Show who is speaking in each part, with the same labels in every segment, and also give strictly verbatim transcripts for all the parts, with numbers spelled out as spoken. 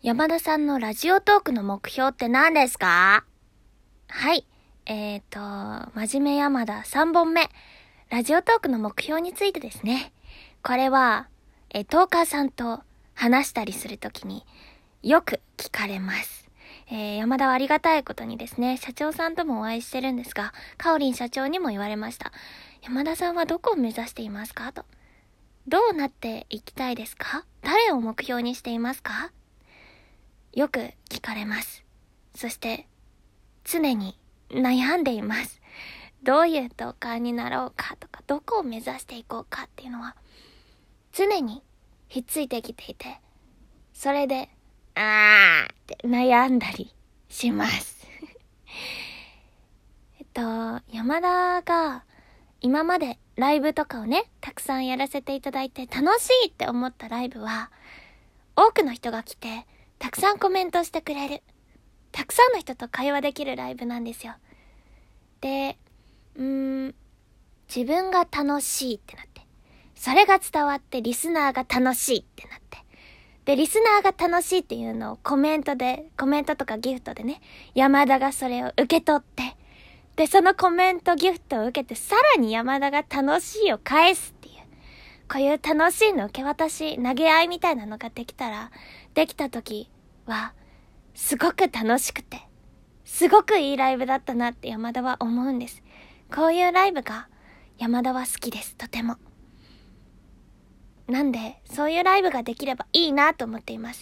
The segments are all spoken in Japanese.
Speaker 1: 山田さんのラジオトークの目標って何ですか？はい。えーと、真面目山田さんぼんめ。ラジオトークの目標についてですね。これは、え、トーカーさんと話したりするときによく聞かれます。えー、山田はありがたいことにですね、社長さんともお会いしてるんですが、かおりん社長にも言われました。山田さんはどこを目指していますかと。どうなっていきたいですか？誰を目標にしていますか？よく聞かれます。そして常に悩んでいます。どういうトーカーになろうかとか、どこを目指していこうかっていうのは常にひっついてきていて、それであーって悩んだりしますえっと山田が今までライブとかをねたくさんやらせていただいて楽しいって思ったライブは、多くの人が来てたくさんコメントしてくれる、たくさんの人と会話できるライブなんですよ。で、うーん、自分が楽しいってなって、それが伝わってリスナーが楽しいってなって、で、リスナーが楽しいっていうのをコメントで、コメントとかギフトでね、山田がそれを受け取って、で、そのコメントギフトを受けて、さらに山田が楽しいを返すっていう、こういう楽しいの受け渡し、投げ合いみたいなのができたら、できた時は、すごく楽しくて、すごくいいライブだったなって山田は思うんです。こういうライブが山田は好きです、とても。なんで、そういうライブができればいいなと思っています。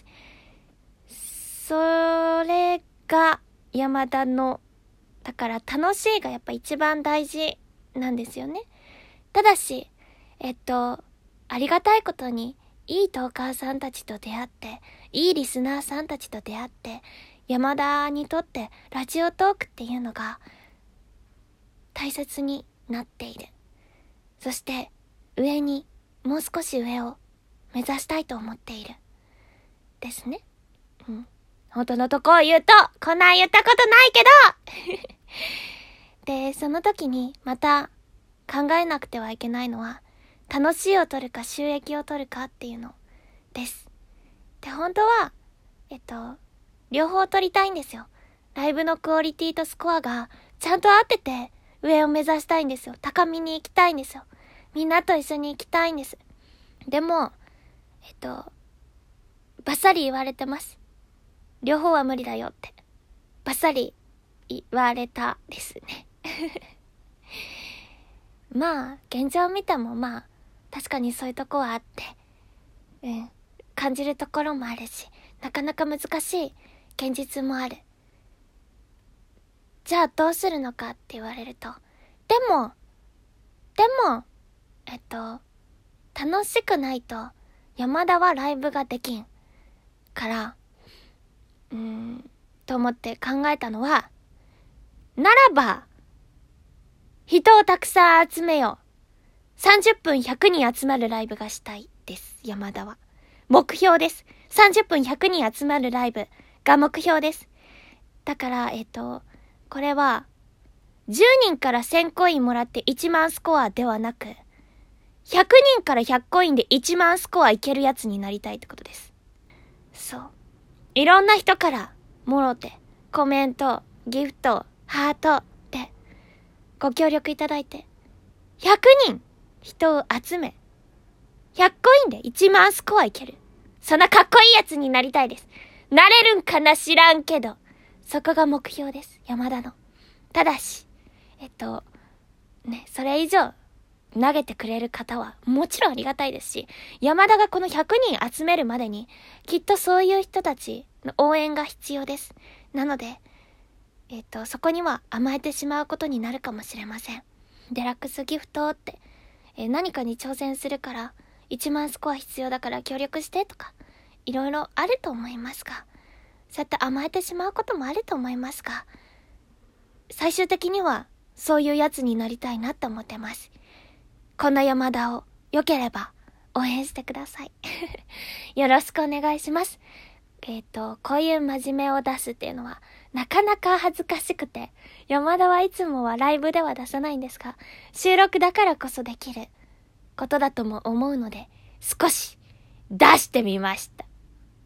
Speaker 1: それが山田の、だから楽しいがやっぱ一番大事なんですよね。ただし、えっと、ありがたいことに、いいトーカーさんたちと出会って、いいリスナーさんたちと出会って、山田にとってラジオトークっていうのが大切になっている。そして上に、もう少し上を目指したいと思っている。ですね。うん。本当のとこを言うと、こんなん言ったことないけどで、その時にまた考えなくてはいけないのは、楽しいを取るか収益を取るかっていうのです。で、本当は、えっと、両方取りたいんですよ。ライブのクオリティとスコアがちゃんと合ってて上を目指したいんですよ。高みに行きたいんですよ。みんなと一緒に行きたいんです。でも、えっと、バッサリ言われてます。両方は無理だよって。バッサリ言われたですね。まあ、現状を見てもまあ、確かにそういうとこはあって、うん、感じるところもあるし、なかなか難しい現実もある。じゃあどうするのかって言われると、でも、でも、えっと、楽しくないと山田はライブができんから、うーん、と思って考えたのは、ならば、人をたくさん集めよう。さんじゅっぷんひゃくにん集まるライブがしたいです、山田は。目標です。さんじゅっぷんひゃくにん集まるライブが目標です。だから、えっと、これは、じゅうにんからせんコインもらっていちまんスコアではなく、ひゃくにんからひゃくコインでいちまんスコアいけるやつになりたいってことです。そう。いろんな人からもろて、コメント、ギフト、ハートでご協力いただいて、ひゃくにん人を集め、ひゃくコインでいちまんスコアいける。そんなかっこいいやつになりたいです。なれるんかな知らんけど、そこが目標です、山田の。ただし、えっと、ね、それ以上投げてくれる方はもちろんありがたいですし、山田がこのひゃくにん集めるまでに、きっとそういう人たちの応援が必要です。なので、えっと、そこには甘えてしまうことになるかもしれません。デラックスギフトって、えー、何かに挑戦するから、いちまんスコア必要だから協力してとか、いろいろあると思いますが、そうやって甘えてしまうこともあると思いますが、最終的にはそういうやつになりたいなって思ってます。この山田を良ければ応援してください。よろしくお願いします。えっと、こういう真面目を出すっていうのはなかなか恥ずかしくて、山田はいつもはライブでは出さないんですが、収録だからこそできることだとも思うので、少し出してみました。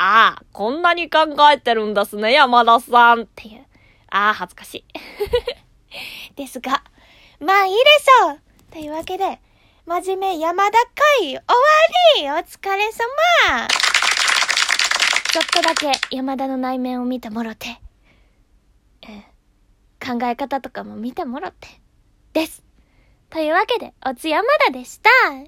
Speaker 1: ああ、こんなに考えてるんですね、山田さんっていう。ああ、恥ずかしい。ですが、まあいいでしょうというわけで、真面目山田会終わりお疲れ様ちょっとだけ山田の内面を見てもろて、うん、考え方とかも見てもろて、です。というわけで、おつ山田でした。